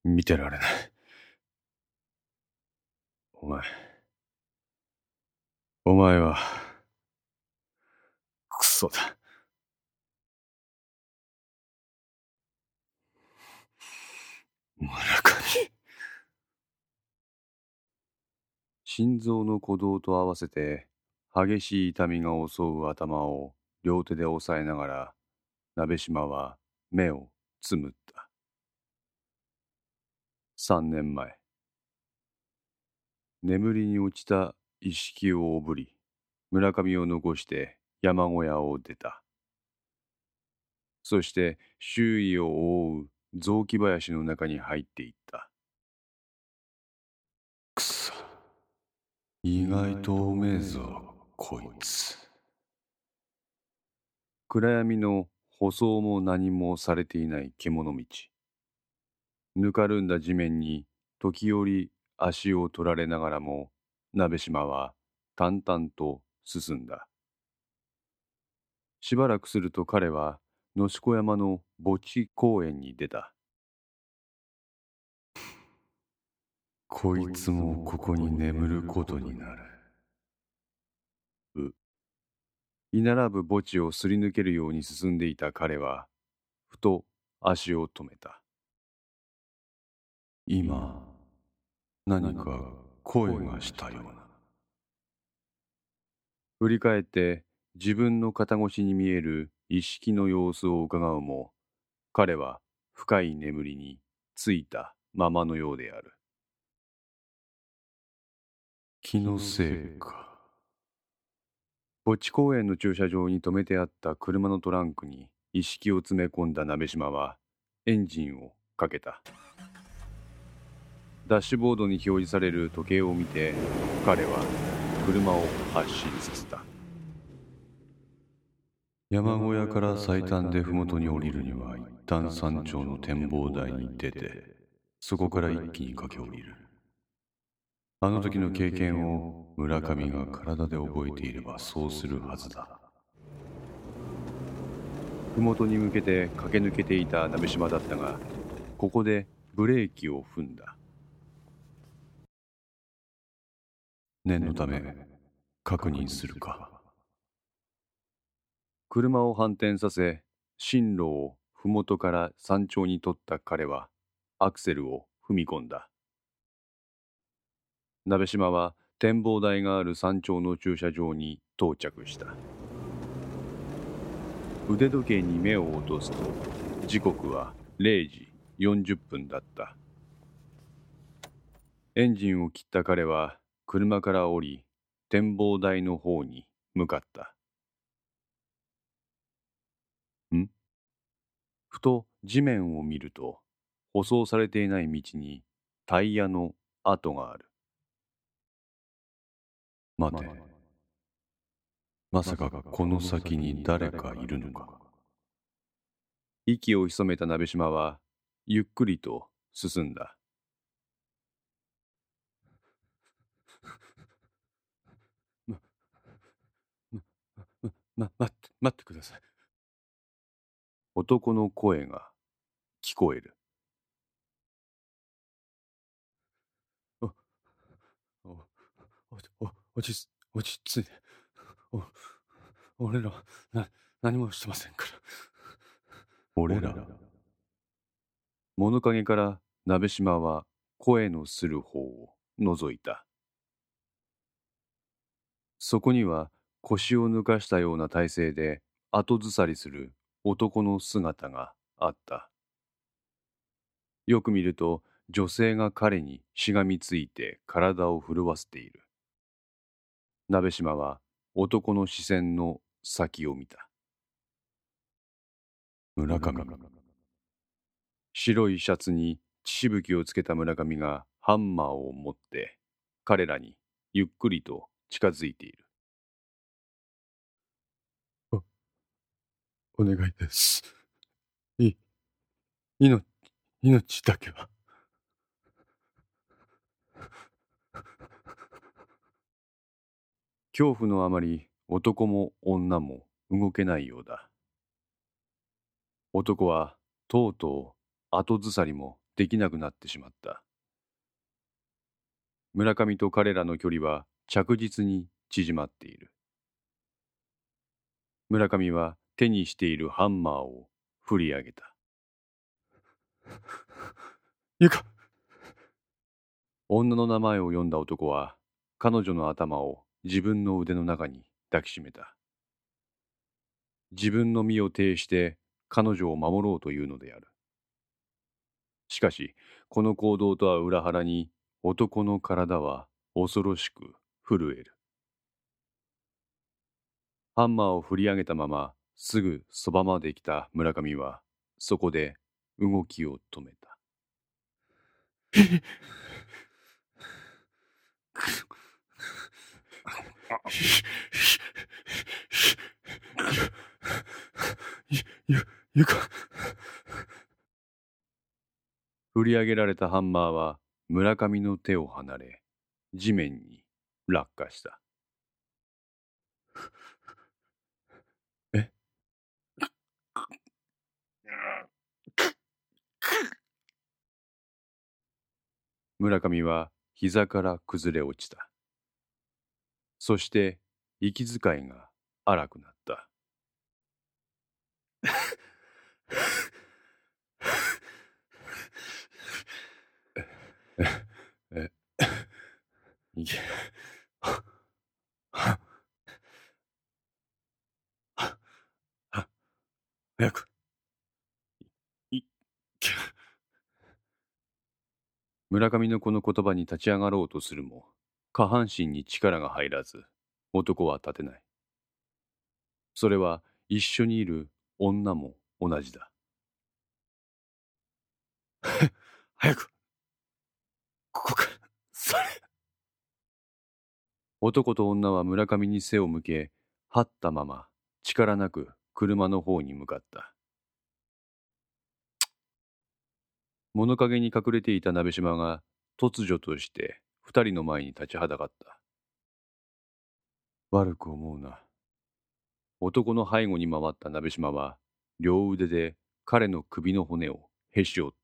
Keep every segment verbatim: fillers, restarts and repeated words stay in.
見てられない。お前、お前は、クソだ。村上。心臓の鼓動と合わせて、激しい痛みが襲う頭を両手で押さえながら、鍋島は目をつむった。三年前、眠りに落ちた意識をおぶり、村上を残して山小屋を出た。そして周囲を覆う雑木林の中に入っていった。くそ、意外とおめえぞ、こいつ。暗闇の舗装も何もされていない獣道。ぬかるんだ地面に時折足を取られながらも、鍋島は淡々と進んだ。しばらくすると彼は野子山の墓地公園に出た。こいつもここに眠ることになる。う。居並ぶ墓地をすり抜けるように進んでいた彼は、ふと足を止めた。今、何か声がしたような。振り返って自分の肩越しに見える一色の様子を伺うも、彼は深い眠りについたままのようである。気のせいか。墓地公園の駐車場に止めてあった車のトランクに一式を詰め込んだ鍋島はエンジンをかけた。ダッシュボードに表示される時計を見て彼は車を発進させた。山小屋から最短で麓に降りるには一旦山頂の展望台に出て、そこから一気に駆け下りる。あの時の経験を村上が体で覚えていればそうするはずだ。麓に向けて駆け抜けていた鍋島だったが、ここでブレーキを踏んだ。念のため確認するか。車を反転させ、進路を麓から山頂に取った彼はアクセルを踏み込んだ。鍋島は展望台がある山頂の駐車場に到着した。腕時計に目を落とすと時刻はれいじよんじゅっぷんだった。エンジンを切った彼は車から降り、展望台の方に向かった。ん？ふと地面を見ると、舗装されていない道にタイヤの跡がある。待て。まさかこの先に誰かいるのか。息を潜めた鍋島はゆっくりと進んだ。ま、ま、ま、ま、待って、待ってください。男の声が聞こえる。お、お、お、お、落ち、落ち着いて。お、俺らはな、何もしてませんから。俺ら。物陰から鍋島は声のする方を覗いた。そこには腰を抜かしたような体勢で後ずさりする男の姿があった。よく見ると女性が彼にしがみついて体を震わせている。鍋島は男の視線の先を見た。村上。白いシャツに血しぶきをつけた村上がハンマーを持って彼らにゆっくりと近づいている。お、お願いです。い、命、命だけは。恐怖のあまり男も女も動けないようだ。男はとうとう後ずさりもできなくなってしまった。村上と彼らの距離は着実に縮まっている。村上は手にしているハンマーを振り上げた。ゆか。女の名前を呼んだ男は彼女の頭を自分の腕の中に抱きしめた。自分の身を挺して彼女を守ろうというのである。しかしこの行動とは裏腹に男の体は恐ろしく震える。ハンマーを振り上げたまますぐそばまで来た村上はそこで動きを止めた。ゆ、ゆか。振り上げられたハンマーは村上の手を離れ、地面に落下した。え？村上は膝から崩れ落ちた。そして息遣いが荒くなった。え、え、いけ、は、は、は、は、早く、い、け。村上のこの言葉に立ち上がろうとするも、下半身に力が入らず、男は立てない。それは一緒にいる女も同じだ。早く、ここから、それ。男と女は村上に背を向け、張ったまま力なく車の方に向かった。物陰に隠れていた鍋島が突如として二人の前に立ちはだかった。悪く思うな。男の背後に回った鍋島は両腕で彼の首の骨をへし折った。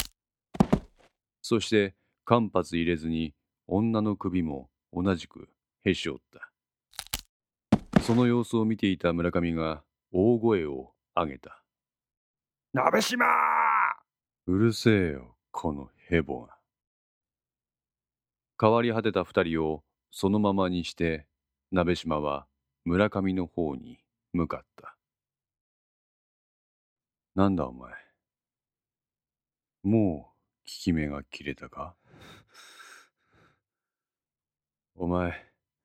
そして間髪入れずに女の首も同じくへし折った。その様子を見ていた村上が大声を上げた。 鍋島。 うるせえよ、このヘボが。変わり果てた二人をそのままにして鍋島は村上の方に向かった。なんだお前。もう効き目が切れたか？お前、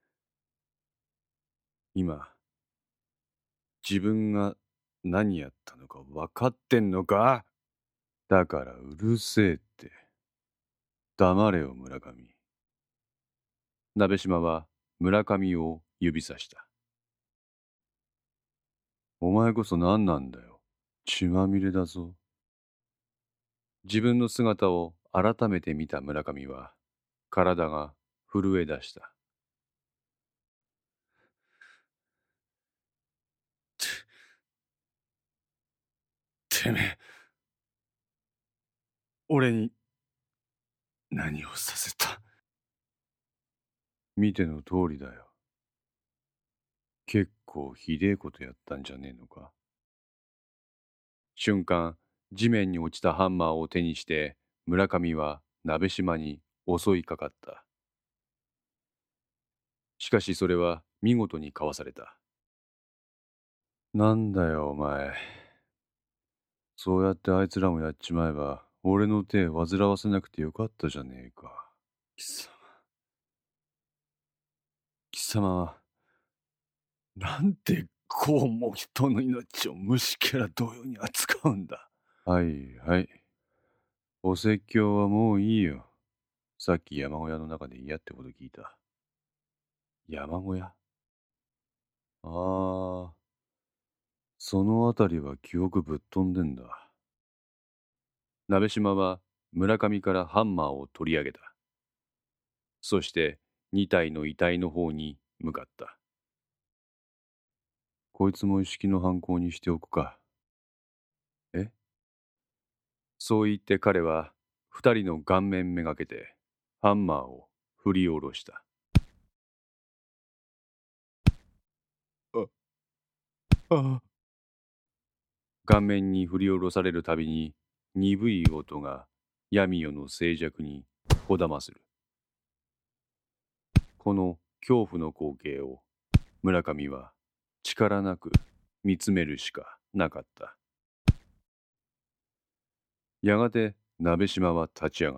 今、自分が何やったのか分かってんのか？だからうるせえって。黙れよ村上。鍋島は村上を指さした。お前こそ何なんだよ。血まみれだぞ。自分の姿を改めて見た村上は体が震え出した。て、てめえ、俺に何をさせた？見ての通りだよ。結構ひでえことやったんじゃねえのか？瞬間、地面に落ちたハンマーを手にして村上は鍋島に襲いかかった。しかしそれは見事にかわされた。なんだよお前。そうやってあいつらもやっちまえば俺の手煩わせなくてよかったじゃねえか。貴様。貴様はなんでこうも人の命を虫けら同様に扱うんだ。はいはい。お説教はもういいよ。さっき山小屋の中で嫌ってこと聞いた。山小屋？ああ、そのあたりは記憶ぶっ飛んでんだ。鍋島は村上からハンマーを取り上げた。そして二体の遺体の方に向かった。こいつも意識の犯行にしておくか。え？そう言って彼は二人の顔面めがけてハンマーを振り下ろした。あ、あ。顔面に振り下ろされるたびに鈍い音が闇夜の静寂にこだまする。この恐怖の光景を村上は力なく見つめるしかなかった。やがて鍋島は立ち上がった。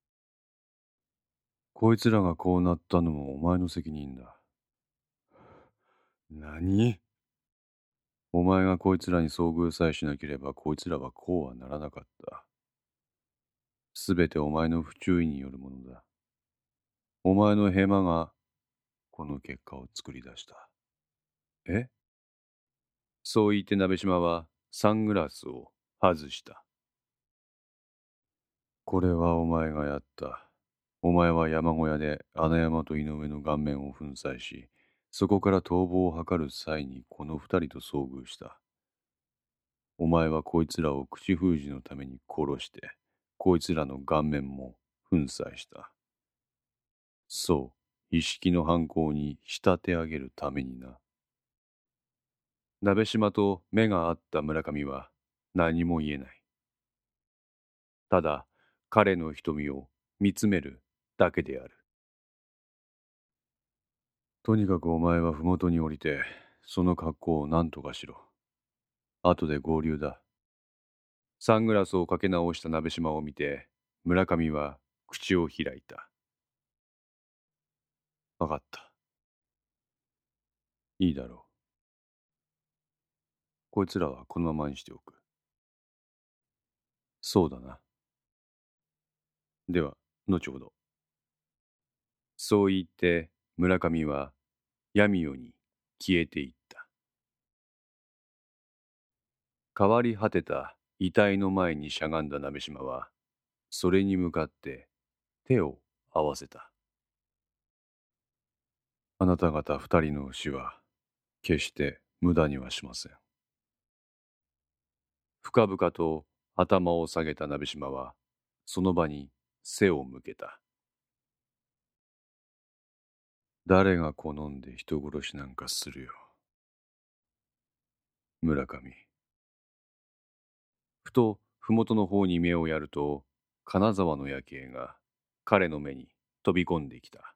こいつらがこうなったのもお前の責任だ。何？お前がこいつらに遭遇さえしなければこいつらはこうはならなかった。すべてお前の不注意によるものだ。お前のヘマがこの結果を作り出した。え？そう言って鍋島はサングラスを外した。これはお前がやった。お前は山小屋で穴山と井上の顔面を粉砕し、そこから逃亡を図る際にこの二人と遭遇した。お前はこいつらを口封じのために殺して、こいつらの顔面も粉砕した。そう、意識の犯行に仕立て上げるためにな。鍋島と目が合った村上は何も言えない。ただ、彼の瞳を見つめるだけである。とにかくお前は麓に降りて、その格好を何とかしろ。後で合流だ。サングラスをかけ直した鍋島を見て、村上は口を開いた。わかった。いいだろう。こいつらはこのままにしておく。そうだな。では、後ほど。そう言って村上は闇夜に消えていった。変わり果てた遺体の前にしゃがんだ鍋島は、それに向かって手を合わせた。あなた方二人の死は決して無駄にはしません。深々と頭を下げた鍋島はその場に背を向けた。誰が好んで人殺しなんかするよ。村上。ふと麓の方に目をやると、金沢の夜景が彼の目に飛び込んできた。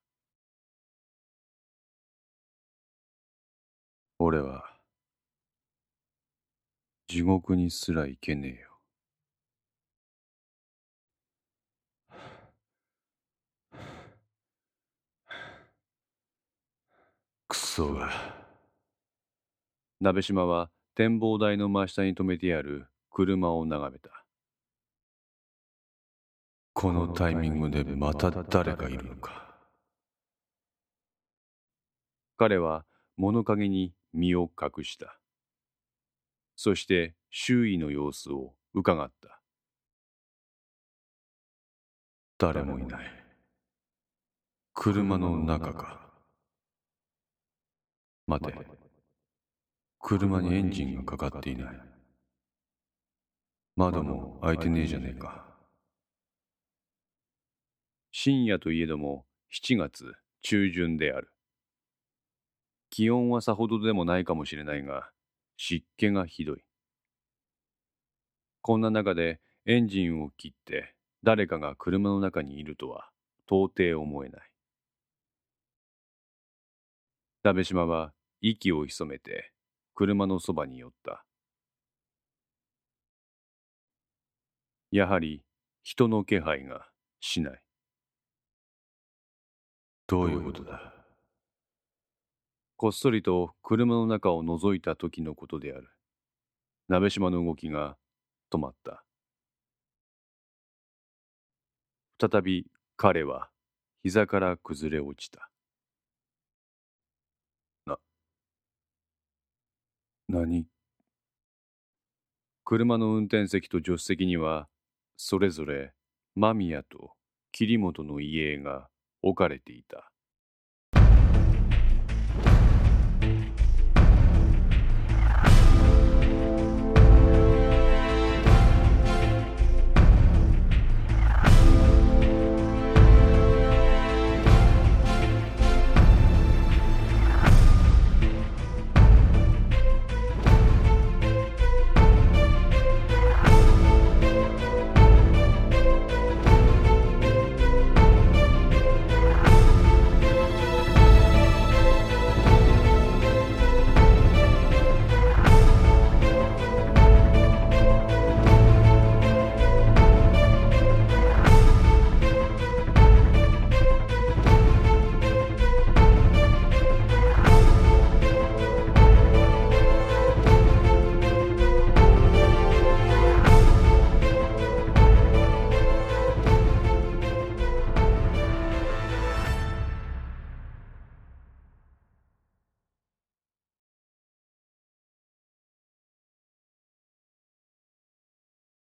俺は地獄にすら行けねえよ。クソが。鍋島は展望台の真下に止めてある車を眺めた。このタイミングでまた誰かいるのか。彼は物陰に身を隠した。そして周囲の様子を伺った。誰もいない。車の中か。待て。車にエンジンがかかっていない。窓も開いてねえじゃねえか。深夜といえどもしちがつ中旬である。気温はさほどでもないかもしれないが、湿気がひどい。こんな中でエンジンを切って誰かが車の中にいるとは到底思えない。鍋島は息を潜めて車のそばに寄った。やはり人の気配がしない。どういうことだ。こっそりと車の中を覗いた時のことである。鍋島の動きが止まった。再び彼は膝から崩れ落ちた。な、何？車の運転席と助手席には、それぞれ間宮と桐本の遺影が置かれていた。